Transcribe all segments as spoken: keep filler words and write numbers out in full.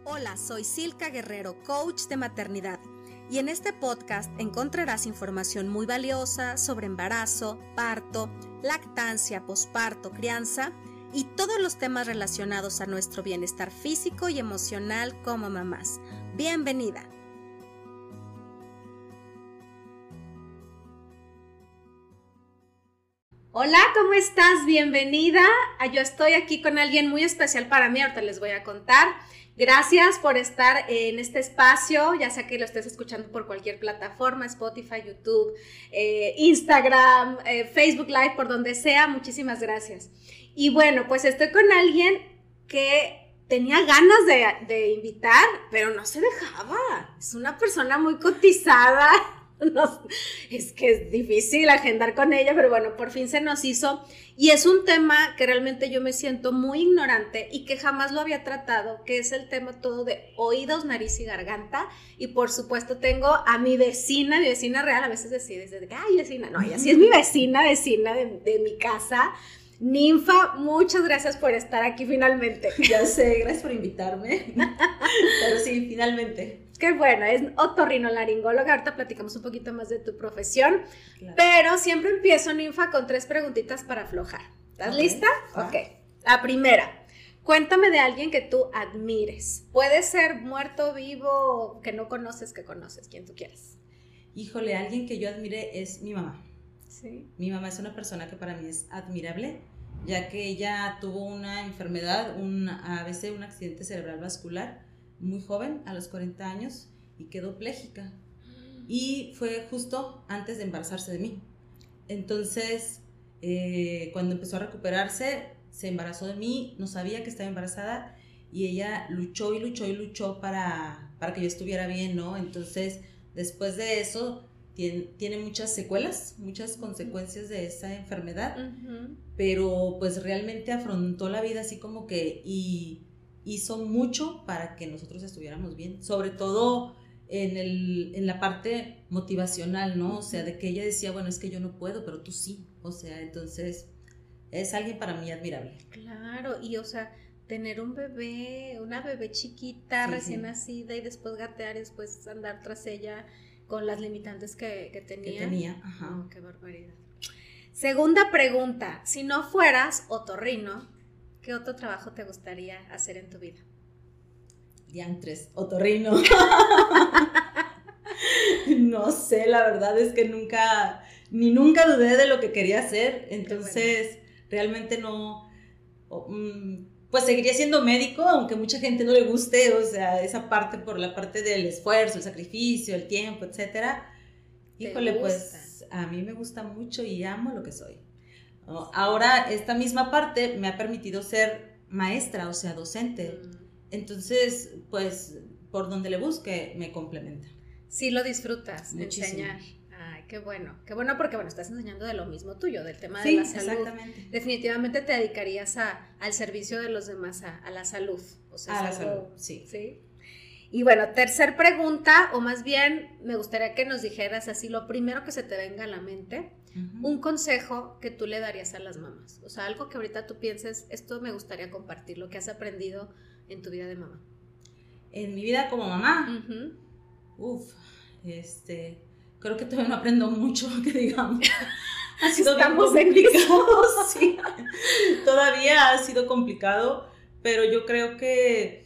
Hola, soy Silka Guerrero, coach de maternidad, y en este podcast encontrarás información muy valiosa sobre embarazo, parto, lactancia, posparto, crianza y todos los temas relacionados a nuestro bienestar físico y emocional como mamás. Bienvenida. Hola, ¿cómo estás? Bienvenida. Yo estoy aquí con alguien muy especial para mí, ahorita les voy a contar. Gracias por estar en este espacio, ya sea que lo estés escuchando por cualquier plataforma, Spotify, YouTube, eh, Instagram, eh, Facebook Live, por donde sea, muchísimas gracias. Y bueno, pues estoy con alguien que tenía ganas de, de invitar, pero no se dejaba. Es una persona muy cotizada. No, es que es difícil agendar con ella, pero bueno, por fin se nos hizo y es un tema que realmente yo me siento muy ignorante y que jamás lo había tratado, que es el tema todo de oídos, nariz y garganta. Y por supuesto tengo a mi vecina, mi vecina real, a veces decides, de, ay vecina, no, ella sí es mi vecina, vecina de, de mi casa. Ninfa, muchas gracias por estar aquí finalmente. Ya sé, gracias por invitarme, pero sí, finalmente. Qué bueno, es otorrinolaringóloga, ahorita platicamos un poquito más de tu profesión, claro. Pero siempre empiezo, Ninfa, con tres preguntitas para aflojar. ¿Estás okay. lista? Ah. Ok, la primera, cuéntame de alguien que tú admires. Puede ser muerto, vivo, que no conoces, que conoces, quien tú quieras. Híjole, alguien que yo admire es mi mamá. Sí. Mi mamá es una persona que para mí es admirable, ya que ella tuvo una enfermedad, un, a veces un accidente cerebral vascular, muy joven, a los cuarenta años, y quedó pléjica. Y fue justo antes de embarazarse de mí. Entonces, eh, cuando empezó a recuperarse, se embarazó de mí, no sabía que estaba embarazada, y ella luchó y luchó y luchó para, para que yo estuviera bien, ¿no? Entonces, después de eso, tiene, tiene muchas secuelas, muchas consecuencias de esa enfermedad, uh-huh. Pero pues realmente afrontó la vida así como que, y hizo mucho para que nosotros estuviéramos bien, sobre todo en, el, en la parte motivacional, ¿no? O sea, de que ella decía, bueno, es que yo no puedo, pero tú sí, o sea, entonces es alguien para mí admirable. Claro, y o sea, tener un bebé, una bebé chiquita, sí, recién sí. nacida, y después gatear y después andar tras ella con las limitantes que, que tenía. Que tenía, ajá. Oh, qué barbaridad. Segunda pregunta, si no fueras otorrino, ¿qué otro trabajo te gustaría hacer en tu vida? Diantres, otorrino. No sé, la verdad es que nunca, ni nunca dudé de lo que quería hacer, entonces bueno. Realmente no, pues seguiría siendo médico, aunque mucha gente no le guste, o sea, esa parte por la parte del esfuerzo, el sacrificio, el tiempo, etcétera. Híjole, pues a mí me gusta mucho y amo lo que soy. Ahora, esta misma parte me ha permitido ser maestra, o sea, docente. Mm. Entonces, pues, por donde le busque, me complementa. Sí lo disfrutas, muchísimo. Enseñar. Ay, qué bueno. Qué bueno porque, bueno, estás enseñando de lo mismo tuyo, del tema sí, de la salud. Exactamente. Definitivamente te dedicarías a, al servicio de los demás, a, a la salud. O sea, a la algo, salud, sí. Sí. Y bueno, tercer pregunta, o más bien me gustaría que nos dijeras así lo primero que se te venga a la mente, uh-huh. Un consejo que tú le darías a las mamás, o sea, algo que ahorita tú pienses, esto me gustaría compartir, lo que has aprendido en tu vida de mamá. En mi vida como mamá, uh-huh. Uf, este, creo que todavía no aprendo mucho, que digamos. Ha sido Estamos bien complicado, sí, todavía ha sido complicado, pero yo creo que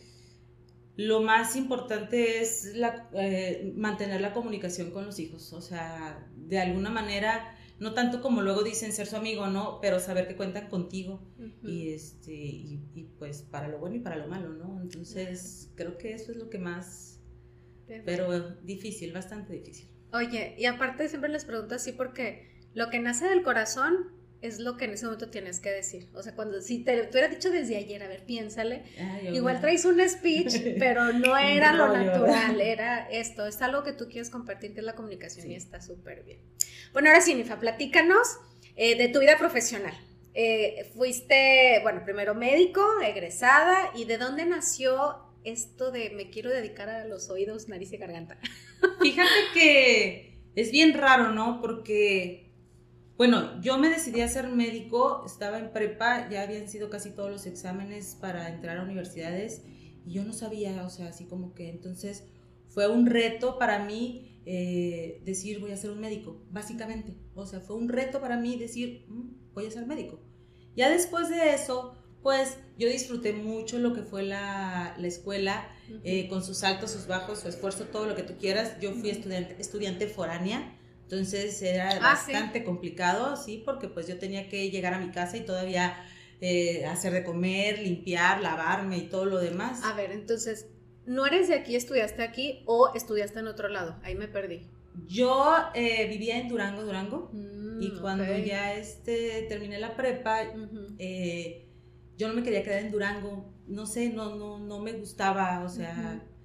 lo más importante es la, eh, mantener la comunicación con los hijos, o sea, de alguna manera, no tanto como luego dicen ser su amigo, ¿no? Pero saber que cuentan contigo, uh-huh. y, este, y, y pues para lo bueno y para lo malo, ¿no? Entonces, uh-huh. Creo que eso es lo que más, Perfecto. Pero difícil, bastante difícil. Oye, y aparte siempre les pregunto así porque lo que nace del corazón es lo que en ese momento tienes que decir. O sea, cuando si te, te hubiera dicho desde ayer, a ver, piénsale. Ay, igual traes un speech, pero no era no, lo natural, era esto. Es algo que tú quieres compartir, que es la comunicación, sí. Y está súper bien. Bueno, ahora sí, Ninfa, platícanos eh, de tu vida profesional. Eh, fuiste, bueno, primero médico, egresada, ¿y de dónde nació esto de me quiero dedicar a los oídos, nariz y garganta? Fíjate que es bien raro, ¿no? Porque... Bueno, yo me decidí a ser médico, estaba en prepa, ya habían sido casi todos los exámenes para entrar a universidades y yo no sabía, o sea, así como que entonces fue un reto para mí eh, decir voy a ser un médico, básicamente, o sea, fue un reto para mí decir mm, voy a ser médico. Ya después de eso, pues yo disfruté mucho lo que fue la, la escuela, uh-huh. eh, con sus altos, sus bajos, su esfuerzo, todo lo que tú quieras. Yo fui uh-huh. estudiante, estudiante foránea, entonces era ah, bastante ¿sí? complicado, sí, porque pues yo tenía que llegar a mi casa y todavía eh, hacer de comer, limpiar, lavarme y todo lo demás. A ver, entonces, ¿no eres de aquí, estudiaste aquí o estudiaste en otro lado? Ahí me perdí. Yo eh, vivía en Durango, Durango, mm, y cuando okay. ya este, terminé la prepa, uh-huh. eh, yo no me quería quedar en Durango, no sé, no, no, no me gustaba, o sea, uh-huh.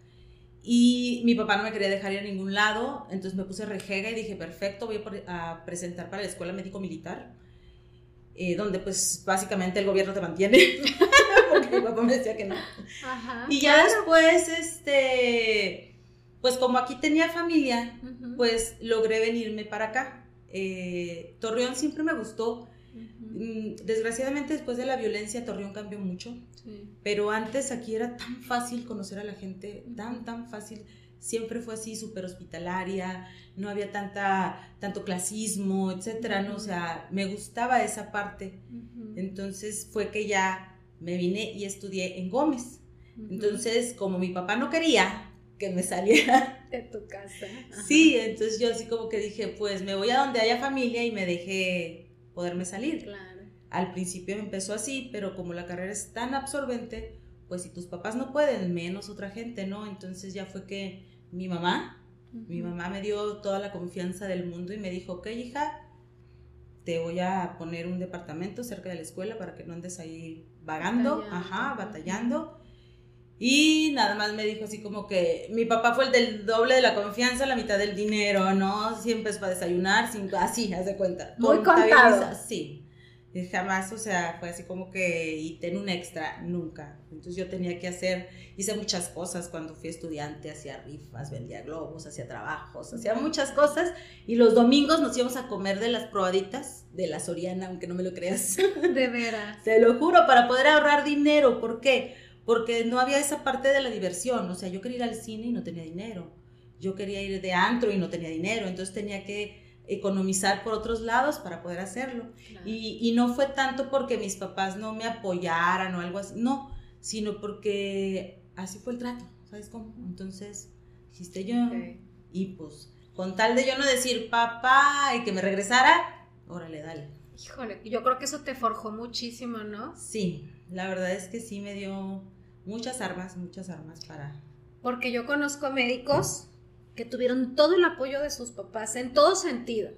y mi papá no me quería dejar ir a ningún lado, entonces me puse rejega y dije, perfecto, voy a presentar para la Escuela Médico Militar, eh, donde pues básicamente el gobierno te mantiene, porque mi papá me decía que no. Ajá, y ya claro. después, este... pues como aquí tenía familia, uh-huh. pues logré venirme para acá. Eh, Torreón siempre me gustó. Uh-huh. Desgraciadamente después de la violencia Torreón cambió mucho, sí. pero antes aquí era tan fácil conocer a la gente, uh-huh. tan, tan fácil. Siempre fue así, súper hospitalaria, no había tanta, tanto clasismo, etcétera, uh-huh. ¿no? O sea, me gustaba esa parte. Uh-huh. Entonces fue que ya me vine y estudié en Gómez. Uh-huh. Entonces, como mi papá no quería que me saliera de tu casa. Ajá. Sí, entonces yo así como que dije, pues me voy a donde haya familia y me dejé poderme salir. Claro. Al principio me empezó así, pero como la carrera es tan absorbente, pues si tus papás no pueden, menos otra gente, ¿no? Entonces ya fue que mi mamá, uh-huh. mi mamá me dio toda la confianza del mundo y me dijo, ok, hija, te voy a poner un departamento cerca de la escuela para que no andes ahí vagando, batallando. ajá, batallando. Y nada más me dijo así como que mi papá fue el del doble de la confianza, la mitad del dinero, ¿no? Siempre es para desayunar, cinco, así, haz de cuenta. Muy contado. Sí, y jamás, o sea, fue así como que, y ten un extra, nunca. Entonces yo tenía que hacer, hice muchas cosas cuando fui estudiante, hacía rifas, vendía globos, hacía trabajos, hacía muchas cosas. Y los domingos nos íbamos a comer de las probaditas de la Soriana, aunque no me lo creas. De veras. Te lo juro, para poder ahorrar dinero. ¿Por qué? Porque no había esa parte de la diversión, o sea, yo quería ir al cine y no tenía dinero, yo quería ir de antro y no tenía dinero, entonces tenía que economizar por otros lados para poder hacerlo, claro. y, y no fue tanto porque mis papás no me apoyaran o algo así, no, sino porque así fue el trato, ¿sabes cómo? Entonces, dijiste yo, okay. y pues, con tal de yo no decir papá y que me regresara, órale, dale. Híjole, yo creo que eso te forjó muchísimo, ¿no? Sí, la verdad es que sí me dio muchas armas, muchas armas para... Porque yo conozco médicos que tuvieron todo el apoyo de sus papás en todo sentido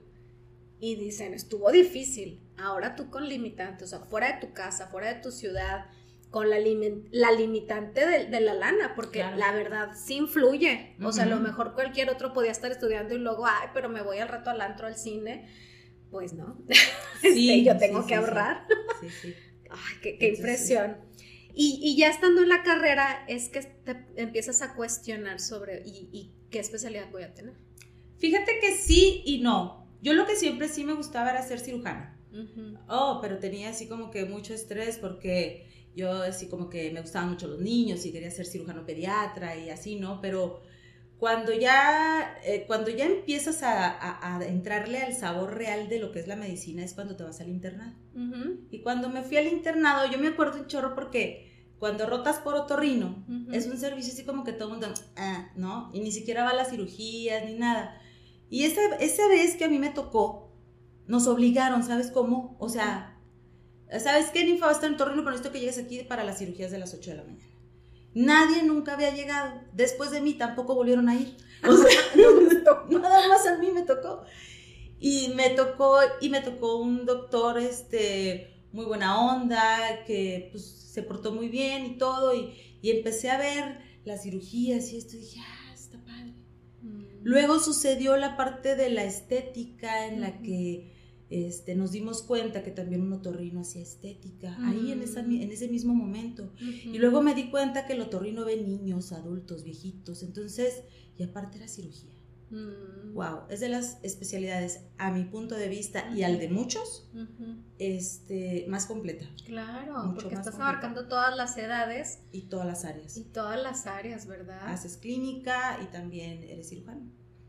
y dicen, estuvo difícil, ahora tú con limitantes, o sea, fuera de tu casa, fuera de tu ciudad, con la, lim- la limitante de, de la lana, porque claro. la verdad sí influye, uh-huh. o sea, a lo mejor cualquier otro podía estar estudiando y luego, ay, pero me voy al rato al antro, al cine, pues no, sí, este, yo tengo sí, que sí, ahorrar. Sí, sí. Ay, qué, qué impresión. Y, y ya estando en la carrera es que te empiezas a cuestionar sobre y, y qué especialidad voy a tener. Fíjate que sí y no. Yo lo que siempre sí me gustaba era ser cirujana. Uh-huh. Oh, pero tenía así como que mucho estrés porque yo así como que me gustaban mucho los niños y quería ser cirujano pediatra y así, ¿no? Pero cuando ya, eh, cuando ya empiezas a, a, a entrarle al sabor real de lo que es la medicina es cuando te vas al internado. Uh-huh. Y cuando me fui al internado, yo me acuerdo un chorro porque cuando rotas por otorrino, uh-huh. es un servicio así como que todo el mundo, ah, ¿no? Y ni siquiera va a las cirugías ni nada. Y esa, esa vez que a mí me tocó, nos obligaron, ¿sabes cómo? O sea, ¿sabes qué, Ninfa? Va a estar en otorrino, pero necesito que llegues aquí para las cirugías de las ocho de la mañana. Nadie nunca había llegado. Después de mí tampoco volvieron a ir. O sea, nada más a mí me tocó. Y me tocó, y me tocó un doctor este, muy buena onda, que pues, se portó muy bien y todo. Y, y empecé a ver las cirugías y esto. Y dije, ah, está padre. Mm. Luego sucedió la parte de la estética en mm. la que Este, nos dimos cuenta que también un otorrino hacía estética, uh-huh. ahí en, esa, en ese mismo momento. Uh-huh. Y luego me di cuenta que el otorrino ve niños, adultos, viejitos, entonces, y aparte era cirugía. Mm. Wow, es de las especialidades, a mi punto de vista uh-huh. y al de muchos, uh-huh. este, más completa. Claro, mucho porque estás completa. Abarcando todas las edades. Y todas las áreas. Y todas las áreas, ¿verdad? Haces clínica y también eres cirujano.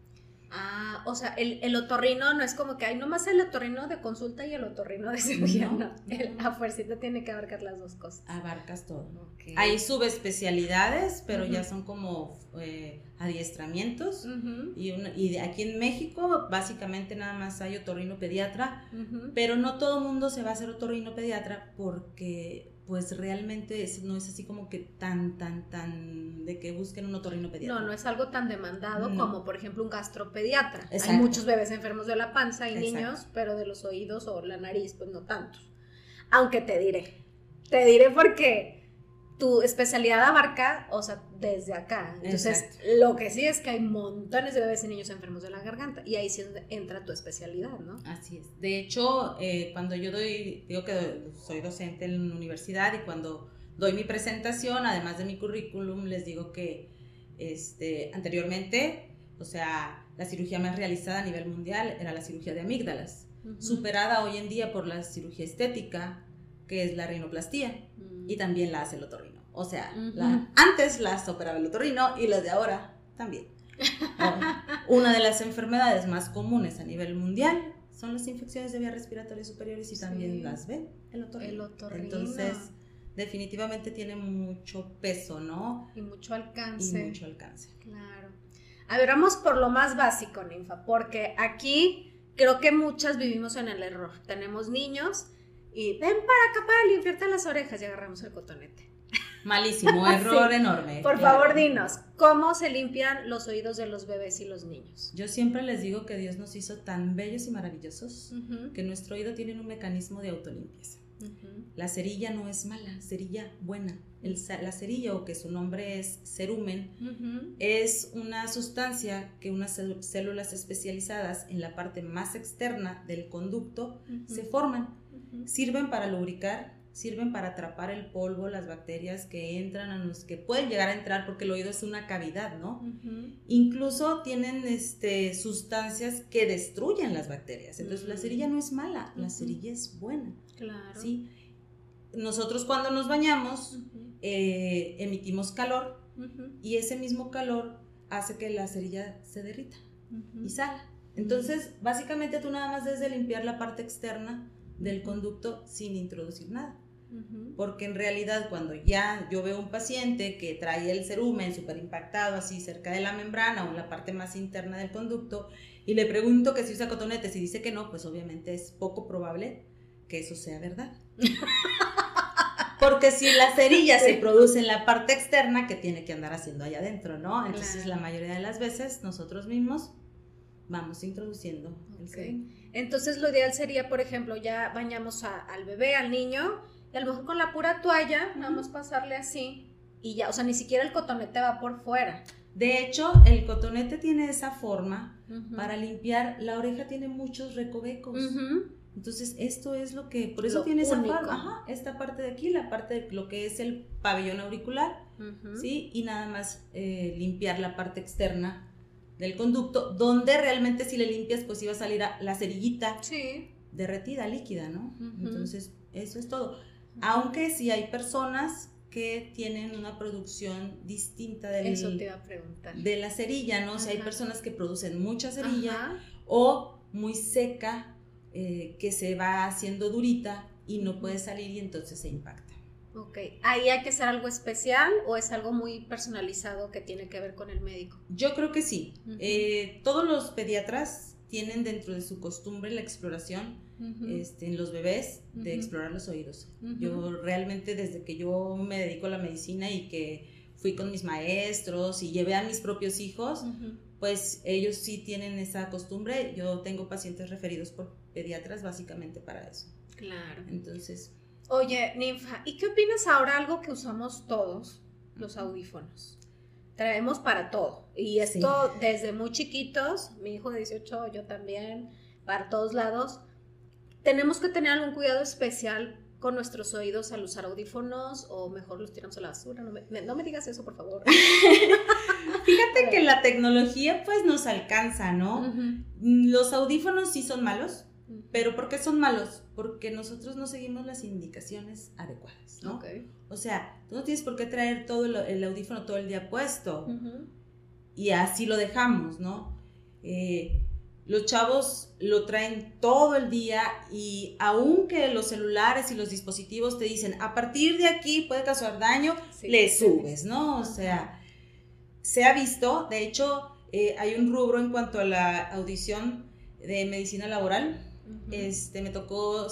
Ah, o sea, el, el otorrino no es como que hay nomás el otorrino de consulta y el otorrino de cirugía, no, no. El, a fuercita tiene que abarcar las dos cosas. Abarcas todo. Okay. Hay subespecialidades, pero uh-huh. ya son como eh, adiestramientos uh-huh. y, una, y de aquí en México básicamente nada más hay otorrino pediatra, uh-huh. pero no todo mundo se va a hacer otorrino pediatra porque pues realmente es, no es así como que tan, tan, tan de que busquen un otorrino pediatra. No, no es algo tan demandado no. como, por ejemplo, un gastropediatra. Exacto. Hay muchos bebés enfermos de la panza y Exacto. niños, pero de los oídos o la nariz, pues no tantos. Aunque te diré, te diré porque tu especialidad abarca, o sea, desde acá. Entonces, Exacto. lo que sí es que hay montones de bebés y niños enfermos de la garganta y ahí sí entra tu especialidad, ¿no? Así es. De hecho, eh, cuando yo doy, digo que soy docente en la universidad y cuando doy mi presentación, además de mi currículum, les digo que este, anteriormente, o sea, la cirugía más realizada a nivel mundial era la cirugía de amígdalas, uh-huh. superada hoy en día por la cirugía estética, que es la rinoplastía, uh-huh. y también la hace el otorrino. O sea, uh-huh. la, antes las operaba el otorrino y las de ahora también. Una de las enfermedades más comunes a nivel mundial son las infecciones de vías respiratorias superiores y sí. también las ve el otorrino. El otorrino. Entonces, definitivamente tiene mucho peso, ¿no? Y mucho alcance. Y mucho alcance. Claro. A ver, vamos por lo más básico, Ninfa, porque aquí creo que muchas vivimos en el error. Tenemos niños y ven para acá para limpiarte las orejas y agarramos el cotonete. Malísimo, error sí. enorme. Por claro. favor, dinos, ¿cómo se limpian los oídos de los bebés y los niños? Yo siempre les digo que Dios nos hizo tan bellos y maravillosos uh-huh. que nuestro oído tiene un mecanismo de autolimpieza. Uh-huh. La cerilla no es mala, cerilla buena. El, la cerilla, o que su nombre es cerumen, uh-huh. es una sustancia que unas células especializadas en la parte más externa del conducto uh-huh. se forman. Uh-huh. Sirven para lubricar, sirven para atrapar el polvo, las bacterias que entran a los que pueden llegar a entrar porque el oído es una cavidad, ¿no? Uh-huh. Incluso tienen este, sustancias que destruyen las bacterias. Entonces, uh-huh. la cerilla no es mala, uh-huh. la cerilla es buena. Claro. ¿Sí? Nosotros cuando nos bañamos uh-huh. eh, emitimos calor uh-huh. y ese mismo calor hace que la cerilla se derrita uh-huh. y salga. Entonces, uh-huh. básicamente tú nada más debes de limpiar la parte externa del conducto sin introducir nada. Uh-huh. Porque en realidad cuando ya yo veo un paciente que trae el cerumen súper impactado así cerca de la membrana o en la parte más interna del conducto y le pregunto que si usa cotonetes y dice que no, pues obviamente es poco probable que eso sea verdad. Porque si la cerilla sí. se produce en la parte externa, ¿qué tiene que andar haciendo allá adentro, no? Entonces claro. la mayoría de las veces nosotros mismos vamos introduciendo el okay. cerumen. Entonces lo ideal sería, por ejemplo, ya bañamos a, al bebé, al niño, y a lo mejor con la pura toalla, uh-huh. vamos a pasarle así, y ya, o sea, ni siquiera el cotonete va por fuera. De hecho, el cotonete tiene esa forma uh-huh. para limpiar, la oreja tiene muchos recovecos, uh-huh. entonces esto es lo que, por eso lo tiene único. esa forma, ajá, esta parte de aquí, la parte de lo que es el pabellón auricular, uh-huh. ¿sí? Y nada más eh, limpiar la parte externa del conducto, donde realmente si le limpias, pues iba a salir a la cerillita sí. derretida, líquida, ¿no? Uh-huh. Entonces, eso es todo. Uh-huh. Aunque sí hay personas que tienen una producción distinta del, eso te iba a preguntar. de la cerilla, ¿no? Uh-huh. O sea, hay personas que producen mucha cerilla uh-huh. o muy seca, eh, que se va haciendo durita y no puede salir y entonces se impacta. Ok, ¿ahí hay que hacer algo especial o es algo muy personalizado que tiene que ver con el médico? Yo creo que sí. Uh-huh. Eh, todos los pediatras tienen dentro de su costumbre la exploración uh-huh. este, en los bebés de uh-huh. explorar los oídos. Uh-huh. Yo realmente desde que yo me dedico a la medicina y que fui con mis maestros y llevé a mis propios hijos, uh-huh. pues ellos sí tienen esa costumbre. Yo tengo pacientes referidos por pediatras básicamente para eso. Claro. Entonces... Oye, Ninfa, ¿y qué opinas ahora algo que usamos todos, los audífonos? Traemos para todo, y esto sí. desde muy chiquitos, mi hijo de dieciocho, yo también, para todos lados. Tenemos que tener algún cuidado especial con nuestros oídos al usar audífonos o mejor los tiramos a la basura? No me, no me digas eso, por favor. Fíjate que la tecnología pues nos alcanza, ¿no? Uh-huh. Los audífonos sí son malos, uh-huh. pero ¿por qué son malos? Porque nosotros no seguimos las indicaciones adecuadas, ¿no? Okay. O sea, tú no tienes por qué traer todo el, el audífono todo el día puesto uh-huh. y así lo dejamos, ¿no? Eh, los chavos lo traen todo el día y aunque los celulares y los dispositivos te dicen a partir de aquí puede causar daño, sí, le subes, ¿no? O sea, se ha visto, de hecho eh, hay un rubro en cuanto a la audición de medicina laboral. Uh-huh. Este, me tocó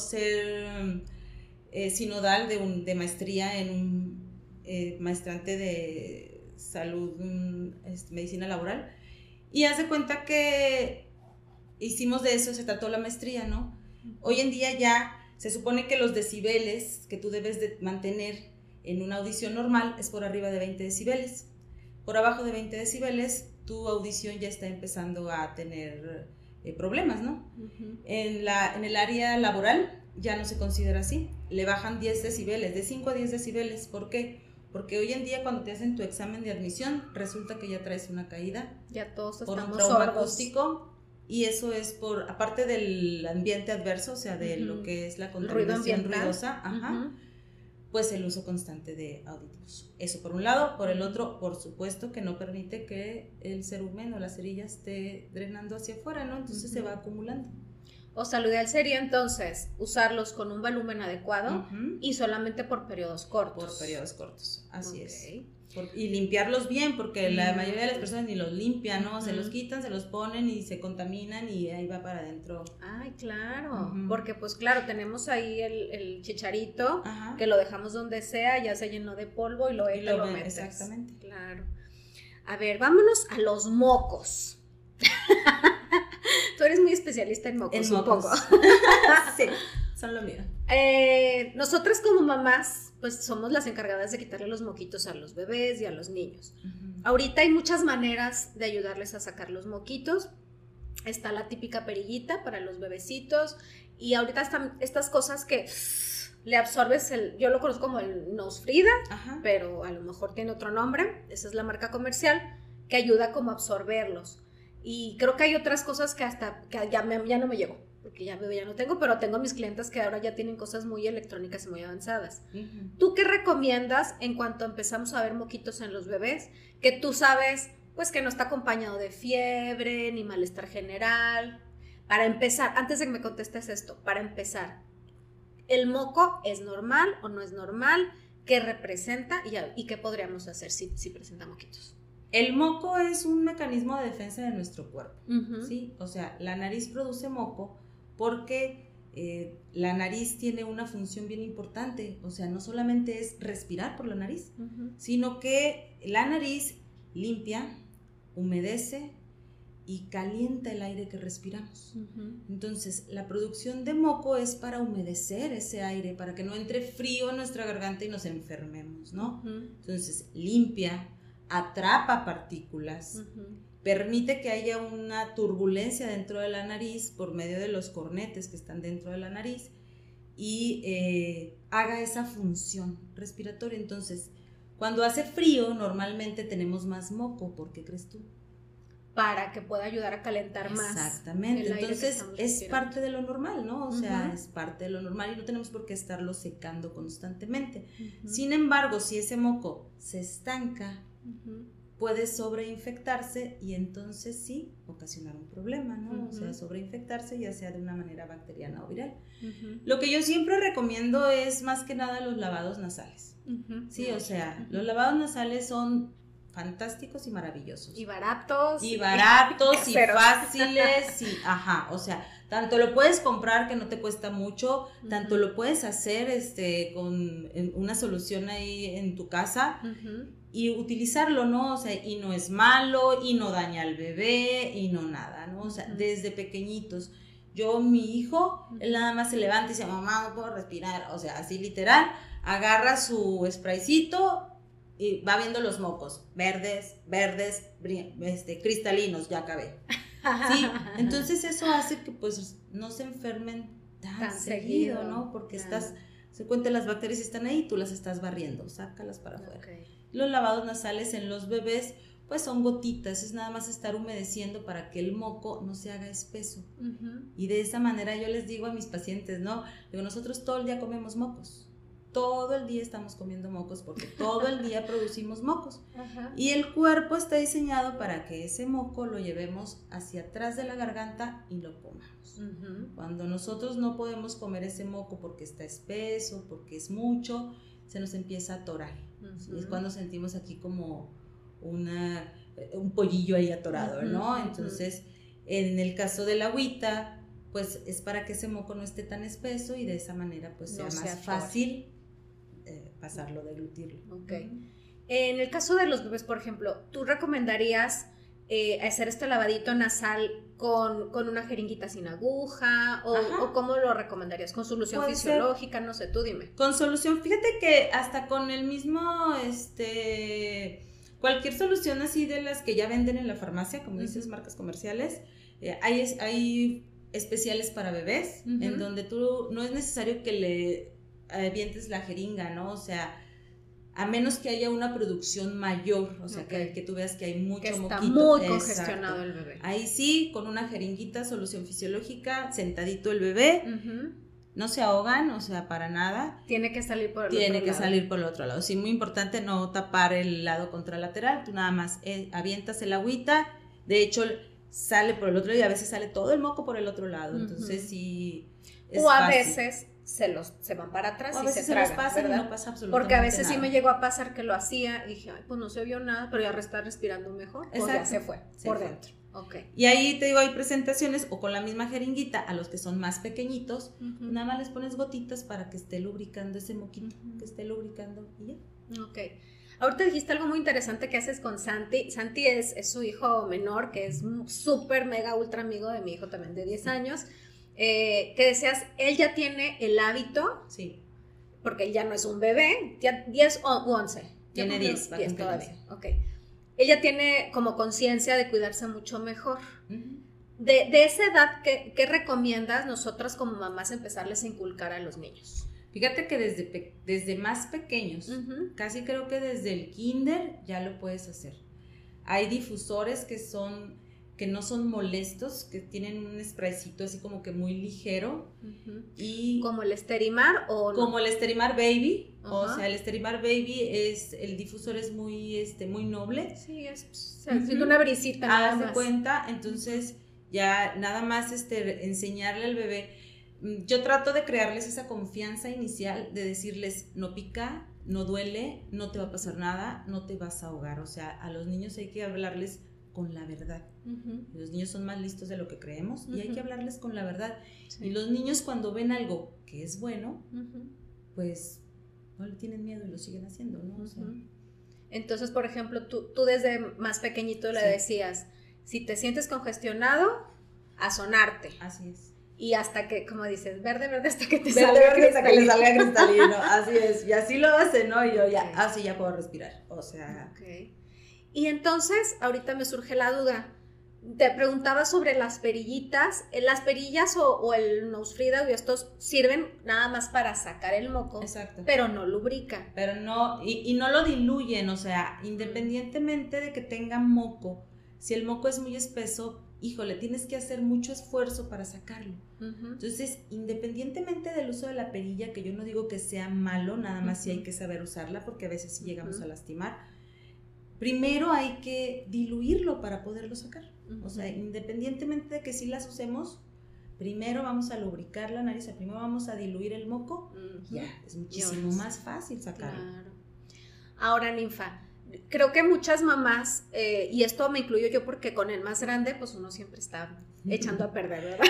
ser eh, sinodal de, un, de maestría en un eh, maestrante de salud, um, este, medicina laboral, y haz de cuenta que hicimos de eso, se trató la maestría, ¿no? Uh-huh. Hoy en día ya se supone que los decibeles que tú debes de mantener en una audición normal es por arriba de veinte decibeles. Por abajo de veinte decibeles, tu audición ya está empezando a tener eh, problemas, ¿no? Uh-huh. En, la, en el área laboral ya no se considera así. Le bajan diez decibeles, de cinco a diez decibeles. ¿Por qué? Porque hoy en día cuando te hacen tu examen de admisión, resulta que ya traes una caída. Ya todos por estamos un trauma sordos. Acústico. Y eso es por, aparte del ambiente adverso, o sea, de uh-huh. lo que es la contaminación ruidosa, ajá, uh-huh. pues el uso constante de auditivos. Eso por un lado. Por el otro, por supuesto que no permite que el cerumen o la cerilla esté drenando hacia afuera, ¿no? Entonces uh-huh. se va acumulando. O sea, lo ideal sería entonces usarlos con un volumen adecuado uh-huh. y solamente por periodos cortos. Por periodos cortos, así okay. es. Por, y limpiarlos bien, porque uh-huh. la mayoría de las personas ni los limpian, ¿no? Uh-huh. Se los quitan, se los ponen y se contaminan y ahí va para adentro. Ay, claro, uh-huh. porque pues claro, tenemos ahí el, el chicharito, uh-huh. que lo dejamos donde sea, ya se llenó de polvo y lo, y lo, lo metes. Exactamente. Claro. A ver, vámonos a los mocos. Tú eres muy especialista en mocos, en supongo. Mocos. Sí, son lo mío. Eh, nosotras como mamás, pues somos las encargadas de quitarle los moquitos a los bebés y a los niños. Uh-huh. Ahorita hay muchas maneras de ayudarles a sacar los moquitos. Está la típica perillita para los bebecitos y ahorita están estas cosas que le absorbes el, yo lo conozco como el Nose Frida, uh-huh. pero a lo mejor tiene otro nombre, esa es la marca comercial, que ayuda como a absorberlos. Y creo que hay otras cosas que hasta que ya, me, ya no me llego, porque ya, ya no tengo, pero tengo mis clientes que ahora ya tienen cosas muy electrónicas y muy avanzadas. Uh-huh. ¿Tú qué recomiendas en cuanto empezamos a ver moquitos en los bebés? Que tú sabes, pues que no está acompañado de fiebre ni malestar general. Para empezar, antes de que me contestes esto, para empezar, ¿el moco es normal o no es normal? ¿Qué representa y, y qué podríamos hacer si, si presenta moquitos? El moco es un mecanismo de defensa de nuestro cuerpo, uh-huh. ¿sí? O sea, la nariz produce moco porque eh, la nariz tiene una función bien importante. O sea, no solamente es respirar por la nariz, uh-huh. sino que la nariz limpia, humedece y calienta el aire que respiramos. Uh-huh. Entonces, la producción de moco es para humedecer ese aire, para que no entre frío en nuestra garganta y nos enfermemos, ¿no? Uh-huh. Entonces, limpia, atrapa partículas, uh-huh. permite que haya una turbulencia dentro de la nariz por medio de los cornetes que están dentro de la nariz y eh, haga esa función respiratoria. Entonces, cuando hace frío, normalmente tenemos más moco. ¿Por qué crees tú? Para que pueda ayudar a calentar más. Exactamente. Entonces, es parte de lo normal, ¿no? O uh-huh. sea, es parte de lo normal y no tenemos por qué estarlo secando constantemente. Uh-huh. Sin embargo, si ese moco se estanca, uh-huh. puede sobreinfectarse y entonces sí ocasionar un problema, ¿no? Uh-huh. O sea, sobreinfectarse ya sea de una manera bacteriana o viral. Uh-huh. Lo que yo siempre recomiendo es más que nada los lavados nasales. Uh-huh. Sí, o sea, uh-huh. los lavados nasales son fantásticos y maravillosos. Y baratos. Y baratos y, y fáciles y ajá, o sea, tanto lo puedes comprar que no te cuesta mucho, uh-huh. tanto lo puedes hacer este con una solución ahí en tu casa. Uh-huh. Y utilizarlo, ¿no? O sea, y no es malo, y no daña al bebé, y no nada, ¿no? O sea, uh-huh. desde pequeñitos. Yo, mi hijo, uh-huh. él nada más se levanta y dice, mamá, no puedo respirar. O sea, así literal, agarra su spraycito y va viendo los mocos, verdes, verdes, este, cristalinos, ya acabé. Sí, entonces eso hace que pues no se enfermen tan, tan seguido, seguido, ¿no? Porque claro. estás Se cuenta, las bacterias están ahí, tú las estás barriendo, sácalas para afuera. Okay. Los lavados nasales en los bebés, pues son gotitas, es nada más estar humedeciendo para que el moco no se haga espeso. Uh-huh. Y de esa manera yo les digo a mis pacientes, ¿no? Digo, nosotros todo el día comemos mocos. Todo el día estamos comiendo mocos porque todo el día producimos mocos. Uh-huh. Y el cuerpo está diseñado para que ese moco lo llevemos hacia atrás de la garganta y lo comamos. Uh-huh. Cuando nosotros no podemos comer ese moco porque está espeso, porque es mucho, se nos empieza a atorar. Uh-huh. Y es cuando sentimos aquí como una, un pollillo ahí atorado, ¿no? Uh-huh. Entonces, en el caso de la agüita, pues es para que ese moco no esté tan espeso y de esa manera pues sea no más sea fácil eh, pasarlo, deglutirlo. Ok. Uh-huh. En el caso de los bebés, por ejemplo, ¿tú recomendarías eh, hacer este lavadito nasal con, con una jeringuita sin aguja? O, ¿O cómo lo recomendarías? ¿Con solución Puede fisiológica? Ser. No sé, tú dime. Con solución, fíjate que hasta con el mismo, este, cualquier solución así de las que ya venden en la farmacia, como uh-huh. dices, marcas comerciales, eh, hay, hay especiales para bebés, uh-huh. en donde tú, no es necesario que le avientes la jeringa, ¿no? O sea, a menos que haya una producción mayor, o sea, okay. que, que tú veas que hay mucho que está moquito. muy congestionado el bebé. Ahí sí, con una jeringuita, solución fisiológica, sentadito el bebé, uh-huh. no se ahogan, o sea, para nada. Tiene que salir por el Tiene otro que lado. salir por el otro lado. Sí, muy importante no tapar el lado contralateral, tú nada más eh, avientas el agüita, de hecho sale por el otro lado y a veces sale todo el moco por el otro lado, uh-huh. entonces sí es o a fácil. veces se los se van para atrás o a y veces se tragan, se los pasan ¿verdad? Y no pasa absolutamente porque a veces nada. Sí me llegó a pasar que lo hacía y dije, ay, pues no se vio nada, pero ya está respirando mejor, pues ya se fue se por fue. dentro. Okay. Y ahí te digo, hay presentaciones o con la misma jeringuita a los que son más pequeñitos, uh-huh. nada más les pones gotitas para que esté lubricando ese moquito, uh-huh. que esté lubricando y ya. Ok. Ahorita dijiste algo muy interesante que haces con Santi. Santi es, es su hijo menor, que es súper, mega, ultra amigo de mi hijo también de diez años. Eh, que decías, él ya tiene el hábito, sí. porque él ya no es un bebé, ya diez o once. Tiene diez, diez todavía. Ok. Él ya tiene como conciencia de cuidarse mucho mejor. Uh-huh. De, de esa edad, ¿qué, ¿qué recomiendas nosotras como mamás empezarles a inculcar a los niños? Fíjate que desde, pe- desde más pequeños, uh-huh. casi creo que desde el kinder ya lo puedes hacer. Hay difusores que son, que no son molestos, que tienen un spraycito así como que muy ligero. Uh-huh. Y ¿como el Sterimar o no? Como el Sterimar Baby, uh-huh. o sea, el Sterimar Baby es, el difusor es muy, este, muy noble. Sí, es, o sea, uh-huh. una brisita nada Haz más. de cuenta, entonces ya nada más este, enseñarle al bebé. Yo trato de crearles esa confianza inicial, de decirles, no pica, no duele, no te va a pasar nada, no te vas a ahogar. O sea, a los niños hay que hablarles con la verdad. Uh-huh. Los niños son más listos de lo que creemos, uh-huh. y hay que hablarles con la verdad. Sí. Y los niños, cuando ven algo que es bueno, uh-huh. pues no le tienen miedo y lo siguen haciendo, ¿no? Uh-huh. O sea, entonces, por ejemplo, tú, tú desde más pequeñito le sí. decías, si te sientes congestionado, a sonarte. Así es. Y hasta que, como dices, verde, verde, hasta que te verde, salga verde, hasta que le salga cristalino, así es, y así lo hace, ¿no? Y yo ya, okay. así ya puedo respirar, o sea. Okay. Y entonces, ahorita me surge la duda, te preguntaba sobre las perillitas, las perillas o, o el Nose-Frida y estos sirven nada más para sacar el moco. Exacto. Pero no lubrican. Pero no, y, y no lo diluyen, o sea, independientemente de que tenga moco, si el moco es muy espeso, híjole, tienes que hacer mucho esfuerzo para sacarlo. Uh-huh. Entonces, independientemente del uso de la perilla, que yo no digo que sea malo, nada más uh-huh. sí hay que saber usarla, porque a veces sí llegamos uh-huh. a lastimar, primero hay que diluirlo para poderlo sacar. Uh-huh. O sea, independientemente de que sí las usemos, primero vamos a lubricar la nariz, primero vamos a diluir el moco, uh-huh. ya, es muchísimo Dios. más fácil sacarlo. Claro. Ahora, Ninfa, creo que muchas mamás, eh, y esto me incluyo yo porque con el más grande, pues uno siempre está echando a perder, ¿verdad?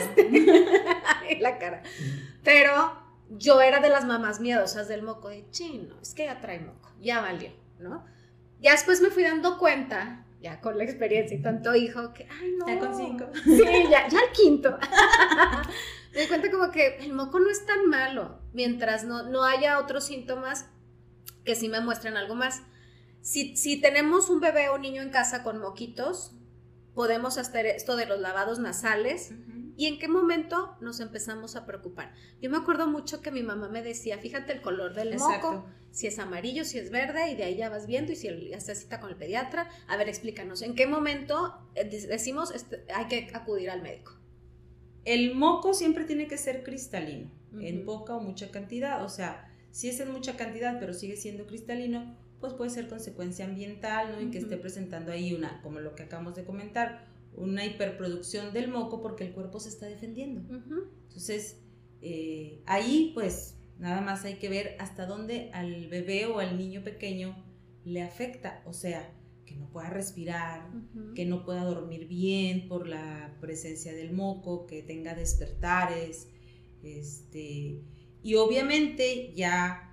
Claro. La cara. Pero yo era de las mamás miedosas del moco, de chino, es que ya trae moco, ya valió, ¿no? Ya después me fui dando cuenta, ya con la experiencia y tanto hijo, que, ay, no. Ya con cinco. Sí, ya, ya al quinto. Me di cuenta como que el moco no es tan malo, mientras no, no haya otros síntomas que sí me muestren algo más. Si, si tenemos un bebé o un niño en casa con moquitos, podemos hacer esto de los lavados nasales, uh-huh. ¿Y en qué momento nos empezamos a preocupar? Yo me acuerdo mucho que mi mamá me decía, fíjate el color del Exacto. moco, si es amarillo, si es verde, y de ahí ya vas viendo, y si ya se cita con el pediatra. A ver, explícanos, ¿en qué momento decimos este, hay que acudir al médico? El moco siempre tiene que ser cristalino, uh-huh. en poca o mucha cantidad, o sea, si es en mucha cantidad pero sigue siendo cristalino, pues puede ser consecuencia ambiental, ¿no? Y uh-huh. que esté presentando ahí una, como lo que acabamos de comentar, una hiperproducción del moco porque el cuerpo se está defendiendo. Uh-huh. Entonces, eh, ahí pues nada más hay que ver hasta dónde al bebé o al niño pequeño le afecta, o sea, que no pueda respirar, uh-huh. que no pueda dormir bien por la presencia del moco, que tenga despertares, este, y obviamente ya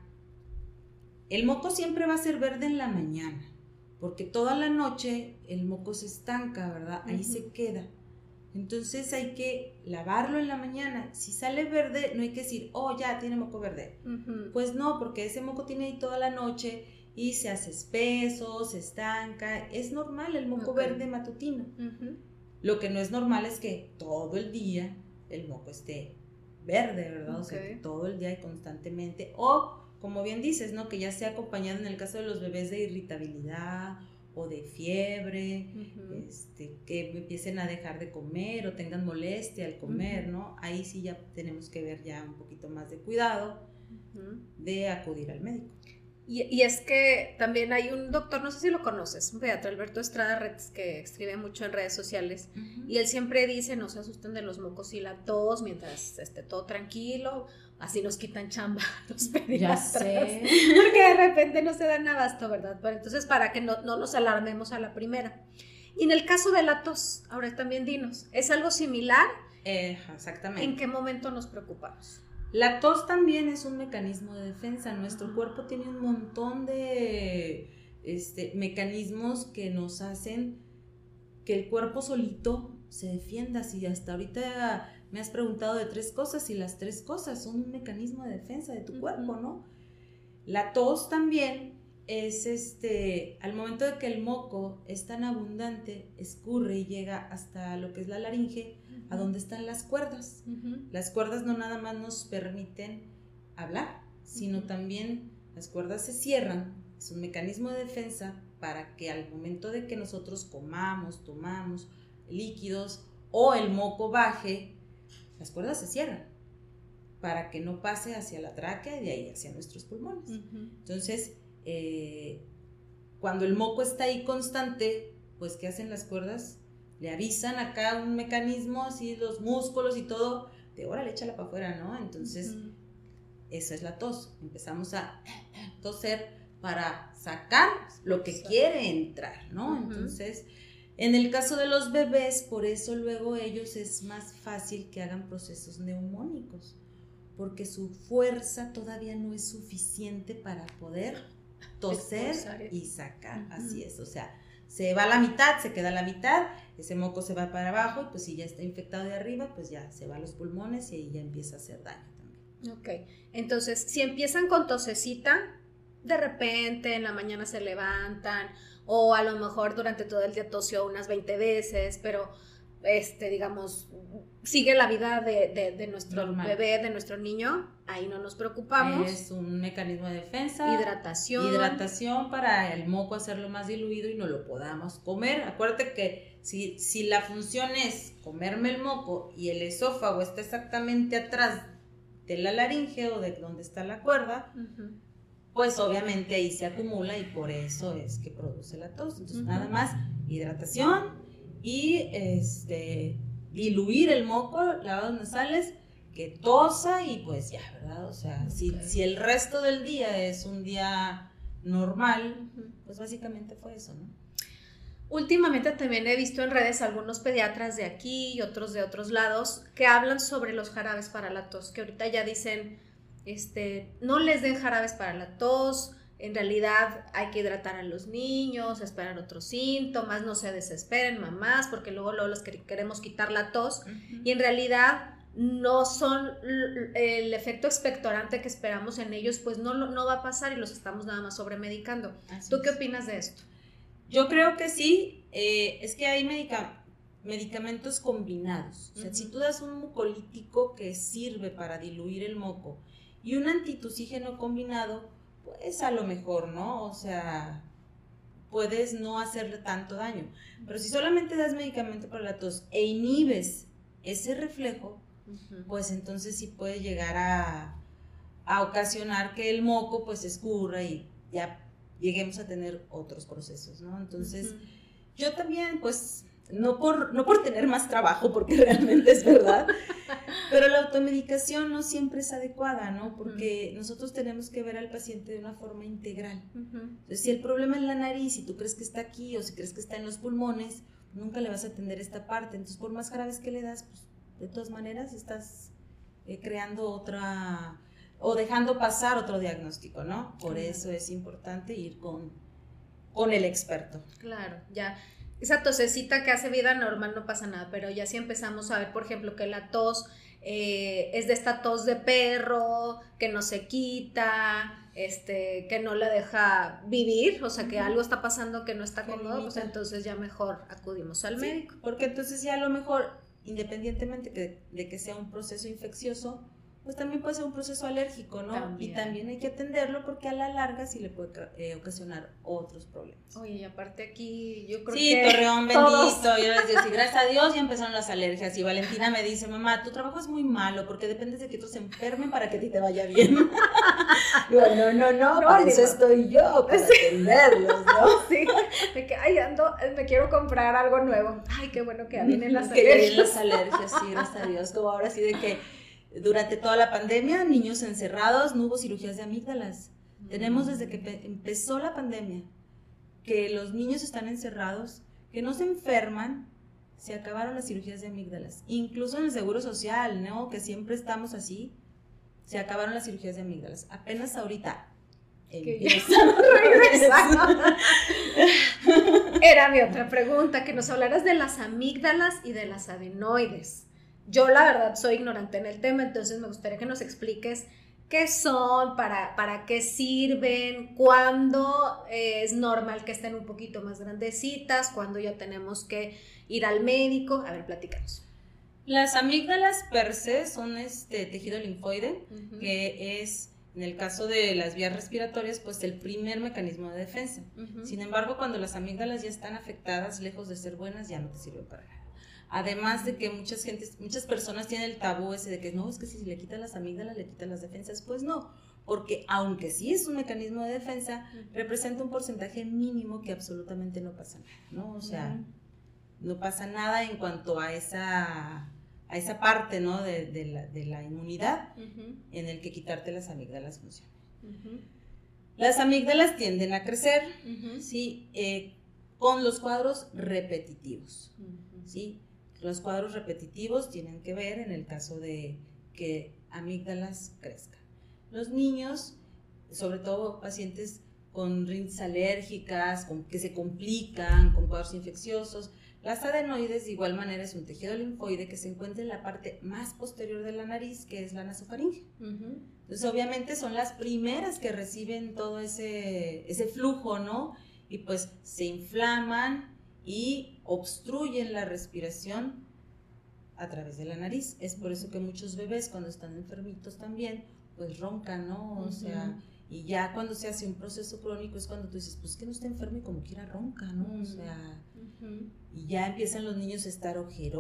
el moco siempre va a ser verde en la mañana, porque toda la noche el moco se estanca, ¿verdad? Ahí uh-huh. se queda. Entonces hay que lavarlo en la mañana. Si sale verde, no hay que decir, oh, ya tiene moco verde. Uh-huh. Pues no, porque ese moco tiene ahí toda la noche y se hace espeso, se estanca. Es normal el moco okay. verde matutino. Uh-huh. Lo que no es normal es que todo el día el moco esté verde, ¿verdad? Okay. O sea, que todo el día y constantemente. O, como bien dices, ¿no? Que ya sea acompañado en el caso de los bebés de irritabilidad o de fiebre, uh-huh. este, que empiecen a dejar de comer o tengan molestia al comer, uh-huh. ¿no? Ahí sí ya tenemos que ver ya un poquito más de cuidado uh-huh. de acudir al médico. Y, y es que también hay un doctor, no sé si lo conoces, un pediatra, Alberto Estrada Retz, que escribe mucho en redes sociales, uh-huh. y él siempre dice, no se asusten de los mocos y la tos, mientras esté todo tranquilo, así nos quitan chamba los pediatras. Ya sé. Porque de repente no se dan abasto, ¿verdad? Pero entonces, para que no, no nos alarmemos a la primera. Y en el caso de la tos, ahora también dinos, ¿es algo similar? Eh, exactamente. ¿En qué momento nos preocupamos? La tos también es un mecanismo de defensa. Nuestro cuerpo tiene un montón de este, mecanismos que nos hacen que el cuerpo solito se defienda. Si hasta ahorita me has preguntado de tres cosas y las tres cosas son un mecanismo de defensa de tu uh-huh. cuerpo, ¿no? La tos también es, este, al momento de que el moco es tan abundante, escurre y llega hasta lo que es la laringe, a donde están las cuerdas. Uh-huh. Las cuerdas no nada más nos permiten hablar, sino uh-huh. también las cuerdas se cierran. Es un mecanismo de defensa para que al momento de que nosotros comamos, tomamos líquidos o el moco baje, las cuerdas se cierran para que no pase hacia la tráquea y de ahí hacia nuestros pulmones. Uh-huh. Entonces, eh, cuando el moco está ahí constante, pues ¿qué hacen las cuerdas? Le avisan acá un mecanismo, así los músculos y todo, de órale, échala para afuera, ¿no? Entonces, uh-huh. eso es la tos. Empezamos a toser para sacar lo que quiere entrar, ¿no? Uh-huh. Entonces, en el caso de los bebés, por eso luego ellos es más fácil que hagan procesos neumónicos, porque su fuerza todavía no es suficiente para poder toser y sacar. Uh-huh. Así es, o sea, se va a la mitad, se queda a la mitad, ese moco se va para abajo y pues si ya está infectado de arriba, pues ya se va a los pulmones y ahí ya empieza a hacer daño también. Ok, entonces si empiezan con tosecita, de repente en la mañana se levantan o a lo mejor durante todo el día tosió unas veinte veces, pero este, digamos, sigue la vida de, de, de nuestro Normal. bebé, de nuestro niño, ahí no nos preocupamos. Es un mecanismo de defensa. Hidratación. Hidratación para el moco hacerlo más diluido y no lo podamos comer. Acuérdate que si, si la función es comerme el moco y el esófago está exactamente atrás de la laringe o de donde está la cuerda, uh-huh. pues obviamente ahí se acumula y por eso es que produce la tos. Entonces uh-huh. nada más hidratación y este, diluir el moco, lavados nasales, que tosa y pues ya, ¿verdad? O sea, okay. si, si el resto del día es un día normal, uh-huh. pues básicamente fue eso, ¿no? Últimamente también he visto en redes algunos pediatras de aquí y otros de otros lados que hablan sobre los jarabes para la tos, que ahorita ya dicen, este, no les den jarabes para la tos. En realidad hay que hidratar a los niños, esperar otros síntomas, no se desesperen mamás, porque luego, luego les queremos quitar la tos, uh-huh. y en realidad no son el efecto expectorante que esperamos en ellos, pues no, no va a pasar y los estamos nada más sobremedicando. Así ¿Tú es. qué opinas de esto? Yo creo que sí, eh, es que hay medicamentos, medicamentos combinados. O sea, uh-huh. si tú das un mucolítico que sirve para diluir el moco y un antitusígeno combinado, pues a lo mejor, ¿no? O sea, puedes no hacerle tanto daño. Pero si solamente das medicamento para la tos e inhibes ese reflejo, uh-huh. pues entonces sí puede llegar a, a ocasionar que el moco pues escurra y ya lleguemos a tener otros procesos, ¿no? Entonces, uh-huh. yo también, pues, no por, no por tener más trabajo, porque realmente es verdad, pero la automedicación no siempre es adecuada, ¿no? Porque uh-huh. nosotros tenemos que ver al paciente de una forma integral. Uh-huh. Entonces, si el problema es la nariz y tú crees que está aquí o si crees que está en los pulmones, nunca le vas a atender esta parte. Entonces, por más jarabes que le das, pues, de todas maneras estás eh, creando otra... o dejando pasar otro diagnóstico, ¿no? Por claro. eso es importante ir con, con el experto. Claro, ya. Esa tosecita que hace vida normal no pasa nada, pero ya si empezamos a ver, por ejemplo, que la tos eh, es de esta tos de perro, que no se quita, este, que no la deja vivir, o sea, que uh-huh. algo está pasando que no está cómodo, pues entonces ya mejor acudimos al sí, médico. Porque entonces ya a lo mejor, independientemente que, de que sea un proceso infeccioso, pues también puede ser un proceso alérgico, ¿no? También. Y también hay que atenderlo porque a la larga sí le puede eh, ocasionar otros problemas. Oye, y aparte aquí yo creo sí, que Sí, Torreón todos... bendito, yo les digo, sí, gracias a Dios ya empezaron las alergias y Valentina me dice, mamá, tu trabajo es muy malo porque dependes de que otros se enfermen para que a ti te vaya bien. Digo, no, no, no, no para eso estoy yo, para sí. atenderlos, ¿no? Sí, de que, ay, ando, me quiero comprar algo nuevo. Ay, qué bueno que vienen las que alergias. Que vienen las alergias, sí, gracias a Dios, como ahora sí de que durante toda la pandemia, niños encerrados, no hubo cirugías de amígdalas. Mm. Tenemos desde que pe- empezó la pandemia, que los niños están encerrados, que no se enferman, se acabaron las cirugías de amígdalas. Incluso en el Seguro Social, ¿no? Que siempre estamos así, se acabaron las cirugías de amígdalas. Apenas ahorita empiezan a regresar. Era mi otra pregunta, que nos hablaras de las amígdalas y de las adenoides. Yo la verdad soy ignorante en el tema, entonces me gustaría que nos expliques qué son, para, para qué sirven, cuándo es normal que estén un poquito más grandecitas, cuándo ya tenemos que ir al médico. A ver, platícanos. Las amígdalas per se son este tejido linfoide, uh-huh. que es, en el caso de las vías respiratorias, pues el primer mecanismo de defensa. Uh-huh. Sin embargo, cuando las amígdalas ya están afectadas, lejos de ser buenas, ya no te sirven para nada. Además de que muchas gentes, muchas personas tienen el tabú ese de que no, es que si le quitan las amígdalas, le quitan las defensas. Pues no, porque aunque sí es un mecanismo de defensa, uh-huh. representa un porcentaje mínimo que absolutamente no pasa nada, ¿no? O sea, uh-huh. no pasa nada en cuanto a esa, a esa parte, ¿no? de, de, la, de la inmunidad uh-huh. en el que quitarte las amígdalas funciona. Uh-huh. Las amígdalas tienden a crecer, uh-huh. ¿sí? Eh, con los cuadros repetitivos, uh-huh. ¿sí? Los cuadros repetitivos tienen que ver en el caso de que amígdalas crezcan. Los niños, sobre todo pacientes con rinitis alérgicas, con, que se complican, con cuadros infecciosos, las adenoides de igual manera es un tejido linfoide que se encuentra en la parte más posterior de la nariz, que es la nasofaringe. Uh-huh. Entonces obviamente son las primeras que reciben todo ese, ese flujo, ¿no? Y pues se inflaman y obstruyen la respiración a través de la nariz. Es por eso que muchos bebés cuando están enfermitos también, pues roncan, ¿no? O uh-huh. sea, y ya cuando se hace un proceso crónico es cuando tú dices, pues que no está enfermo y como quiera ronca, ¿no? Uh-huh. O sea, uh-huh. y ya empiezan los niños a estar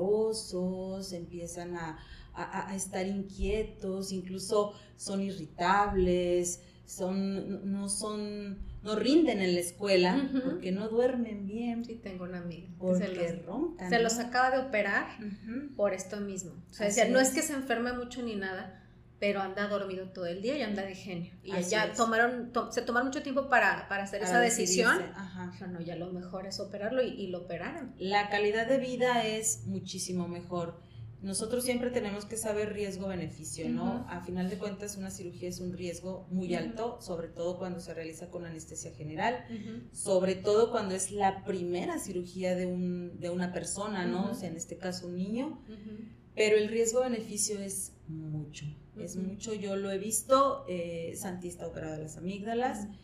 ojerosos, empiezan a, a, a estar inquietos, incluso son irritables, son, no son... no rinden en la escuela uh-huh. porque no duermen bien. Sí, tengo una amiga porque se los, roncan. Se ¿no? los acaba de operar uh-huh. por esto mismo. O sea, decía, no es que se enferme mucho ni nada, pero anda dormido todo el día y anda de genio. Y así ya tomaron, to, se tomaron mucho tiempo para, para hacer para esa decisión. Ajá. Bueno, ya lo mejor es operarlo y, y lo operaron. La calidad de vida es muchísimo mejor. Nosotros siempre tenemos que saber riesgo-beneficio, ¿no? Uh-huh. A final de cuentas, una cirugía es un riesgo muy alto, uh-huh. sobre todo cuando se realiza con anestesia general, uh-huh. sobre todo cuando es la primera cirugía de, un, de una persona, ¿no? Uh-huh. O sea, en este caso un niño, uh-huh. pero el riesgo-beneficio es mucho, uh-huh. es mucho. Yo lo he visto, eh, Santi está operada de las amígdalas, uh-huh.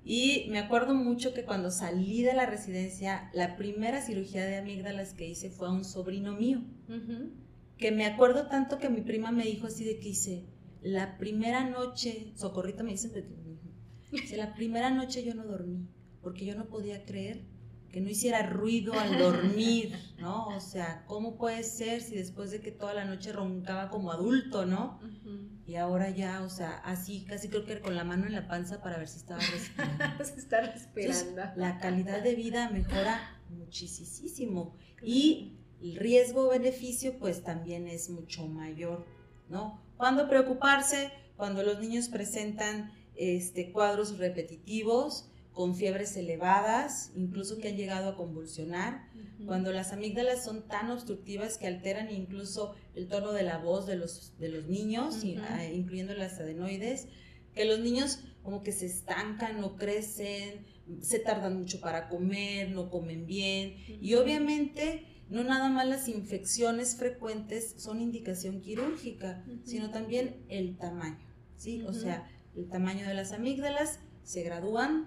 Y me acuerdo mucho que cuando salí de la residencia, la primera cirugía de amígdalas que hice fue a un sobrino mío. Uh-huh. Que me acuerdo tanto que mi prima me dijo así de que hice, la primera noche, Socorrito me dice, de que, dice, la primera noche yo no dormí, porque yo no podía creer que no hiciera ruido al dormir, ¿no? O sea, ¿cómo puede ser si después de que toda la noche roncaba como adulto, ¿no? Uh-huh. Y ahora ya, o sea, así, casi creo que con la mano en la panza para ver si estaba respirando. Se está respirando. Entonces, la calidad de vida mejora muchísimo. Y el riesgo-beneficio, pues, también es mucho mayor, ¿no? ¿Cuándo preocuparse? Cuando los niños presentan este, cuadros repetitivos, con fiebres elevadas, incluso que han llegado a convulsionar, uh-huh. Cuando las amígdalas son tan obstructivas que alteran incluso el tono de la voz de los, de los niños, uh-huh. y, uh, incluyendo las adenoides, que los niños como que se estancan, no crecen, se tardan mucho para comer, no comen bien, uh-huh. Y obviamente no nada más las infecciones frecuentes son indicación quirúrgica, uh-huh. Sino también el tamaño, ¿sí? Uh-huh. O sea, el tamaño de las amígdalas se gradúan,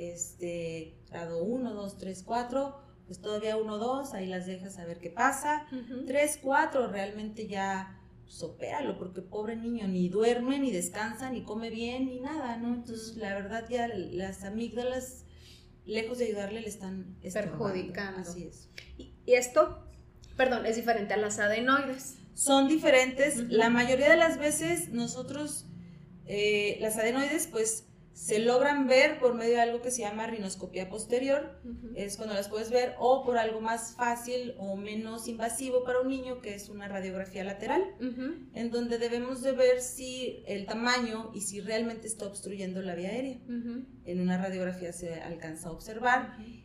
este, grado uno, dos, tres, cuatro, pues todavía uno, dos, ahí las dejas a ver qué pasa, uh-huh. tres, cuatro, realmente ya supéralo, porque pobre niño ni duerme, ni descansa, ni come bien, ni nada, ¿no? Entonces, la verdad ya las amígdalas, lejos de ayudarle, le están perjudicando. Así es. Y, y esto, perdón, es diferente a las adenoides. Son diferentes, uh-huh. La mayoría de las veces nosotros, eh, las adenoides, pues, se logran ver por medio de algo que se llama rinoscopía posterior, uh-huh. Es cuando las puedes ver, o por algo más fácil o menos invasivo para un niño, que es una radiografía lateral, uh-huh. En donde debemos de ver si el tamaño y si realmente está obstruyendo la vía aérea. Uh-huh. En una radiografía se alcanza a observar, uh-huh.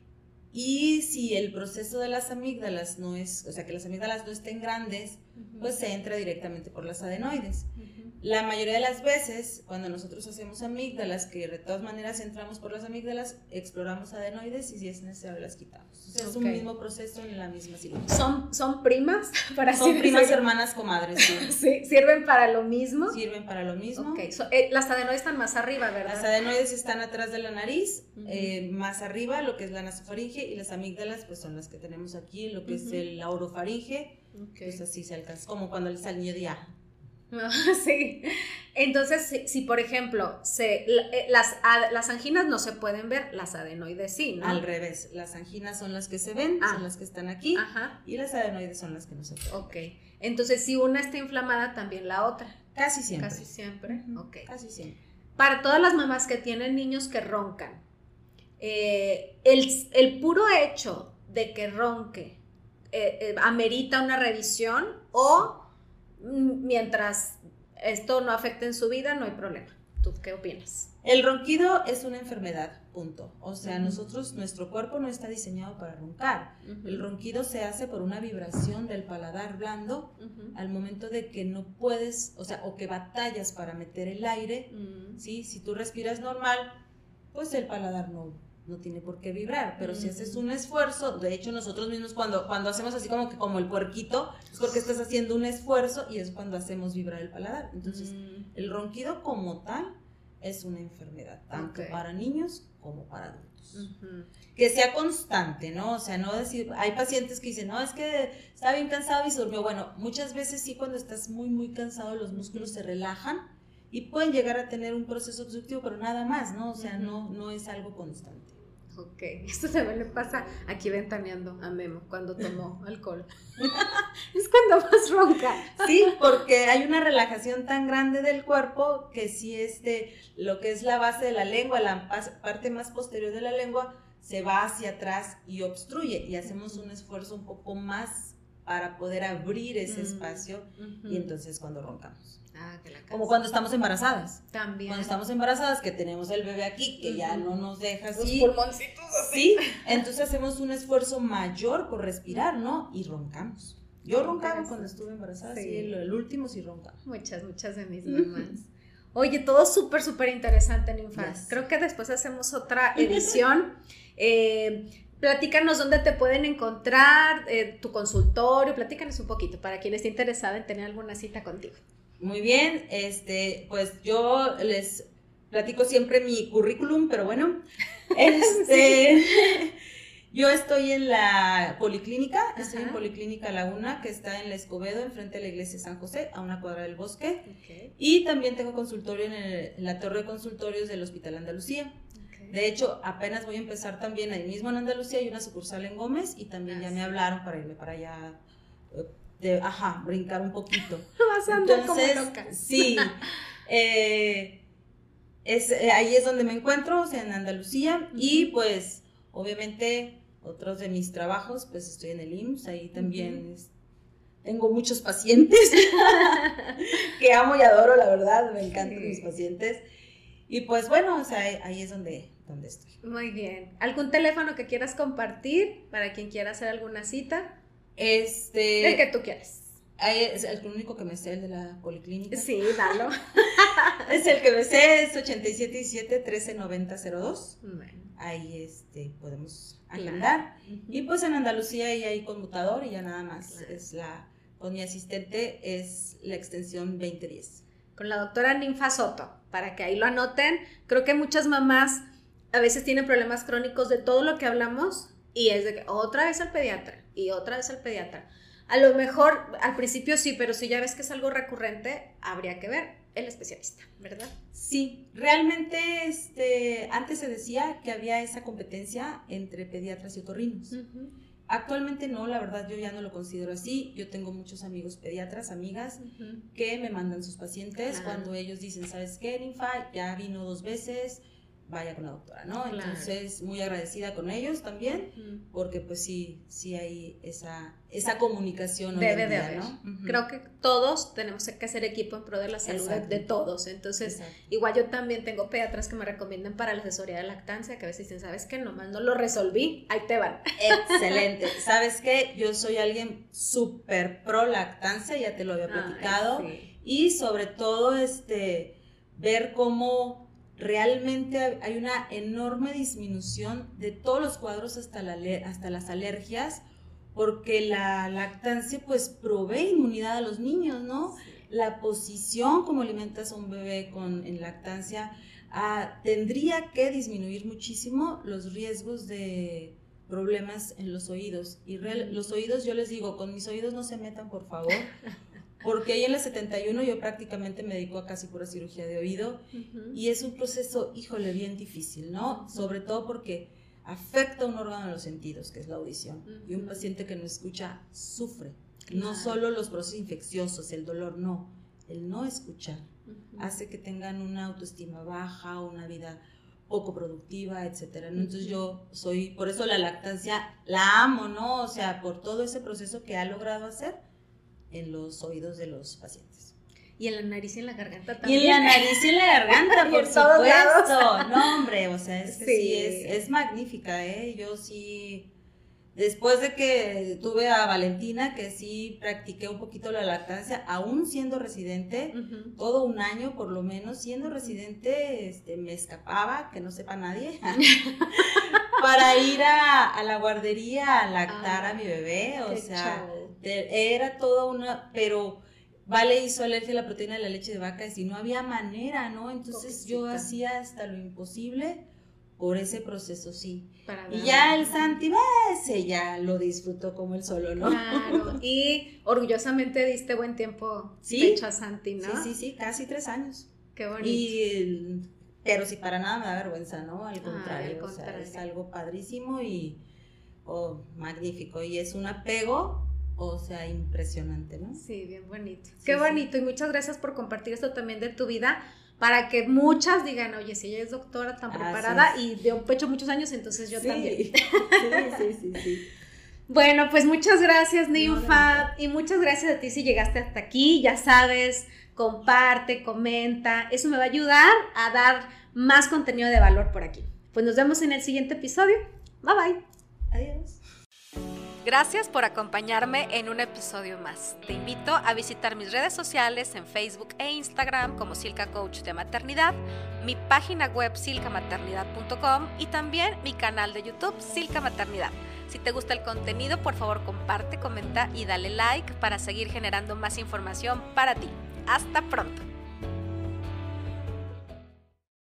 Y si el proceso de las amígdalas no es, o sea, que las amígdalas no estén grandes, uh-huh. Pues se entra directamente por las adenoides. Uh-huh. La mayoría de las veces, cuando nosotros hacemos amígdalas, que de todas maneras entramos por las amígdalas, exploramos adenoides y si es necesario las quitamos. O sea, okay. Es un mismo proceso en la misma cirugía. ¿Son, son primas? Para son primas, hermanas, comadres. Sí. Sí, ¿sirven para lo mismo? Sirven para lo mismo. Okay. So, eh, las adenoides están más arriba, ¿verdad? Las adenoides están atrás de la nariz, uh-huh. eh, más arriba, lo que es la nasofaringe, y las amígdalas, pues son las que tenemos aquí, lo que uh-huh. es el la orofaringe, okay. Pues así se alcanza, como cuando le sale el niño de ah. Sí, entonces si, si por ejemplo se, las, las anginas no se pueden ver, las adenoides sí, ¿no? Al revés, las anginas son las que se ven, ah. Son las que están aquí, ajá. Y las adenoides son las que no se ven. Ok, entonces si una está inflamada, también la otra. Casi siempre. Casi siempre, uh-huh. Ok. Casi siempre. Para todas las mamás que tienen niños que roncan, eh, el, el puro hecho de que ronque eh, eh, amerita una revisión o... mientras esto no afecte en su vida, no hay problema. ¿Tú qué opinas? El ronquido es una enfermedad, punto. O sea, uh-huh. nosotros, nuestro cuerpo no está diseñado para roncar. Uh-huh. El ronquido se hace por una vibración del paladar blando, uh-huh. Al momento de que no puedes, o sea, o que batallas para meter el aire, uh-huh. ¿Sí? Si tú respiras normal, pues el paladar no... no tiene por qué vibrar, pero mm. si haces un esfuerzo, de hecho nosotros mismos cuando, cuando hacemos así como que como el puerquito, es porque estás haciendo un esfuerzo y es cuando hacemos vibrar el paladar. Entonces, mm. el ronquido como tal es una enfermedad, tanto okay. para niños como para adultos. Uh-huh. Que sea constante, ¿no? O sea, no decir, hay pacientes que dicen, no, es que está bien cansado y se durmió. Bueno, muchas veces sí, cuando estás muy, muy cansado, los músculos se relajan y pueden llegar a tener un proceso obstructivo, pero nada más, ¿no? O sea, uh-huh. no, no es algo constante. Ok, esto también le pasa aquí ventaneando a Memo cuando tomó alcohol. Es cuando más ronca. Sí, porque hay una relajación tan grande del cuerpo que si este, lo que es la base de la lengua, la parte más posterior de la lengua, se va hacia atrás y obstruye y hacemos un esfuerzo un poco más para poder abrir ese uh-huh. espacio uh-huh. y entonces cuando roncamos. Ah, que la casa. Como cuando estamos embarazadas. También. Cuando estamos embarazadas, que tenemos el bebé aquí, que uh-huh. ya no nos deja así. Los pulmoncitos así. Sí, entonces hacemos un esfuerzo mayor por respirar, ¿no? Y roncamos. Yo roncaba cuando estuve embarazada, sí, sí el, el último sí roncaba. Muchas, muchas de mis mamás. Oye, todo súper, súper interesante en Infaz. Yes. Creo que después hacemos otra edición. eh, Platícanos dónde te pueden encontrar, eh, tu consultorio, platícanos un poquito para quien esté interesado en tener alguna cita contigo. Muy bien, este, pues yo les platico siempre mi currículum, pero bueno, este, sí. Yo estoy en la Policlínica, Ajá. estoy en Policlínica Laguna, que está en La Escobedo, enfrente de la iglesia de San José, a una cuadra del Bosque, okay. Y también tengo consultorio en, el, en la torre de consultorios del Hospital Andalucía. Okay. De hecho, apenas voy a empezar también ahí mismo en Andalucía, hay una sucursal en Gómez, y también ah, ya sí. me hablaron para irme para allá, de, ajá, brincar un poquito. Vas a andar como loca. Sí, eh, es, eh, ahí es donde me encuentro, o sea, en Andalucía, uh-huh. y pues, obviamente... Otros de mis trabajos, pues estoy en el I M S S, ahí también uh-huh. es, tengo muchos pacientes que amo y adoro, la verdad, me encantan sí. mis pacientes. Y pues bueno, o sea, ahí es donde, donde estoy. Muy bien. ¿Algún teléfono que quieras compartir para quien quiera hacer alguna cita? Este... El que tú quieras. Es el único que me sé, el de la Policlínica. Sí, dalo. Es el que me sé, es ochenta y siete diecisiete trece noventa cero dos. Bueno. Ahí este, podemos agendar. Claro. Uh-huh. Y pues en Andalucía ahí hay conmutador y ya nada más. Claro. Es la, con mi asistente es la extensión veinte diez. Con la doctora Ninfa Soto, para que ahí lo anoten. Creo que muchas mamás a veces tienen problemas crónicos de todo lo que hablamos y es de que otra vez al pediatra y otra vez al pediatra. A lo mejor al principio sí, pero si ya ves que es algo recurrente, habría que ver el especialista, ¿verdad? Sí, realmente este, antes se decía que había esa competencia entre pediatras y otorrinos. Uh-huh. Actualmente no, la verdad yo ya no lo considero así. Yo tengo muchos amigos pediatras, amigas, uh-huh. que me mandan sus pacientes uh-huh. cuando ellos dicen, ¿sabes qué, Ninfa? Ya vino dos veces, vaya con la doctora, ¿no? Claro. Entonces, muy agradecida con ellos también, uh-huh. porque pues sí, sí hay esa, esa comunicación hoy Debe en día, de haber. ¿no? Uh-huh. Creo que todos tenemos que hacer equipo en pro de la salud de, de todos, entonces, Exacto. igual yo también tengo pediatras que me recomiendan para la asesoría de lactancia, que a veces dicen, ¿sabes qué? Nomás no lo resolví, ahí te van. Excelente. ¿Sabes qué? Yo soy alguien súper pro lactancia, ya te lo había platicado, Ay, sí. y sobre todo, este, ver cómo realmente hay una enorme disminución de todos los cuadros hasta, la, hasta las alergias, porque la lactancia pues provee inmunidad a los niños, ¿no? Sí. La posición como alimentas a un bebé con, en lactancia ah, tendría que disminuir muchísimo los riesgos de problemas en los oídos. Y real, los oídos, yo les digo, con mis oídos no se metan, por favor. Porque ahí en la setenta y uno yo prácticamente me dedico a casi pura cirugía de oído uh-huh. y es un proceso, híjole, bien difícil, ¿no? Uh-huh. Sobre todo porque afecta un órgano de los sentidos, que es la audición, uh-huh. y un paciente que no escucha sufre. Claro. No solo los procesos infecciosos, el dolor, no, el no escuchar uh-huh. hace que tengan una autoestima baja, una vida poco productiva, etcétera, ¿no? Entonces yo soy, por eso la lactancia la amo, ¿no? O sea, por todo ese proceso que ha logrado hacer en los oídos de los pacientes. Y en la nariz y en la garganta también. Y en la nariz y en la garganta, por supuesto. No, hombre, o sea, es que sí, sí es, es magnífica, ¿eh? Yo sí, después de que tuve a Valentina, que sí practiqué un poquito la lactancia, aún siendo residente, uh-huh. todo un año por lo menos, siendo residente, este, me escapaba, que no sepa nadie, para ir a, a la guardería a lactar ah, a mi bebé, o sea, de, era toda una, pero Vale hizo alergia a la proteína de la leche de vaca y no había manera, ¿no? Entonces Pobrecita. Yo hacía hasta lo imposible por ese proceso, sí. Para y ya el Santi, ese ya lo disfrutó como él solo, ¿no? Claro, y orgullosamente diste buen tiempo ¿Sí? pecho a Santi, ¿no? Sí, sí, sí, casi tres años. Qué bonito. Y, pero si para nada me da vergüenza, ¿no? Al contrario, Ay, al contrario. O sea, es algo padrísimo y oh, magnífico. Y es un apego, o sea, impresionante, ¿no? Sí, bien bonito. Sí, Qué sí. bonito, y muchas gracias por compartir esto también de tu vida, para que muchas digan, oye, si ella es doctora tan preparada y dio pecho muchos años, entonces yo sí. también. Sí, sí, sí, sí. Bueno, pues muchas gracias, Ninfa, no, no. y muchas gracias a ti si llegaste hasta aquí, ya sabes, comparte, comenta, eso me va a ayudar a dar más contenido de valor por aquí. Pues nos vemos en el siguiente episodio. Bye bye. Adiós. Gracias por acompañarme en un episodio más. Te invito a visitar mis redes sociales en Facebook e Instagram como Silka Coach de Maternidad, mi página web silka maternidad punto com y también mi canal de YouTube Silka Maternidad. Si te gusta el contenido, por favor comparte, comenta y dale like para seguir generando más información para ti. Hasta pronto.